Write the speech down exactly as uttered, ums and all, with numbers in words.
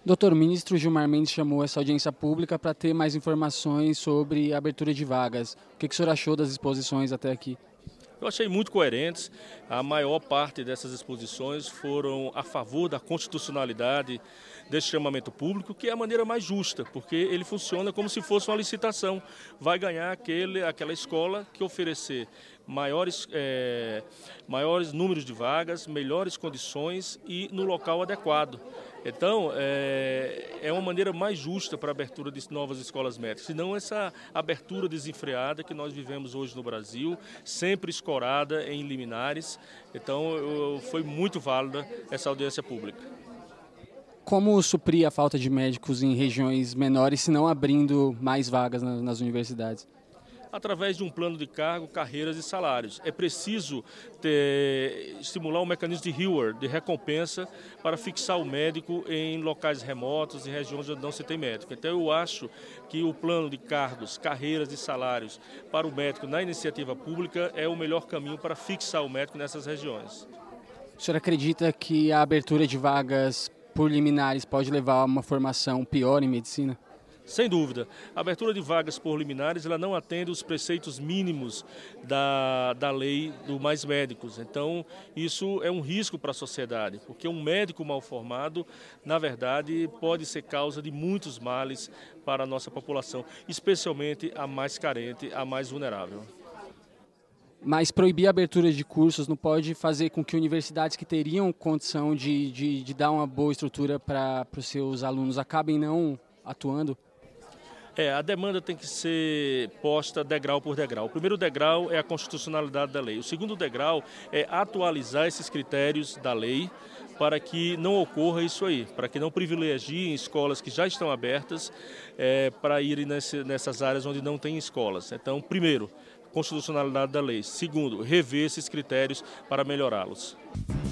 Doutor, o ministro Gilmar Mendes chamou essa audiência pública para ter mais informações sobre a abertura de vagas. O que, que o senhor achou das exposições até aqui? Eu achei muito coerentes. A maior parte dessas exposições foram a favor da constitucionalidade desse chamamento público, que é a maneira mais justa, porque ele funciona como se fosse uma licitação. Vai ganhar aquele, aquela escola que oferecer maiores, é, maiores números de vagas, melhores condições e no local adequado. Então, é, é uma maneira mais justa para a abertura de novas escolas médicas, e não essa abertura desenfreada que nós vivemos hoje no Brasil, sempre escorada em liminares. Então, eu, foi muito válida essa audiência pública. Como suprir a falta de médicos em regiões menores, se não abrindo mais vagas nas, nas universidades? Através de um plano de cargo, carreiras e salários. É preciso ter, estimular um mecanismo de reward, de recompensa, para fixar o médico em locais remotos, em regiões onde não se tem médico. Então eu acho que o plano de cargos, carreiras e salários para o médico na iniciativa pública é o melhor caminho para fixar o médico nessas regiões. O senhor acredita que a abertura de vagas por liminares pode levar a uma formação pior em medicina? Sem dúvida. A abertura de vagas por liminares ela não atende os preceitos mínimos da, da lei do Mais Médicos. Então, isso é um risco para a sociedade, porque um médico mal formado, na verdade, pode ser causa de muitos males para a nossa população, especialmente a mais carente, a mais vulnerável. Mas proibir a abertura de cursos não pode fazer com que universidades que teriam condição de, de, de dar uma boa estrutura para os seus alunos acabem não atuando? É, a demanda tem que ser posta degrau por degrau. O primeiro degrau é a constitucionalidade da lei. O segundo degrau é atualizar esses critérios da lei para que não ocorra isso aí, para que não privilegiem escolas que já estão abertas é, para irem nesse, nessas áreas onde não tem escolas. Então, primeiro, constitucionalidade da lei. Segundo, rever esses critérios para melhorá-los.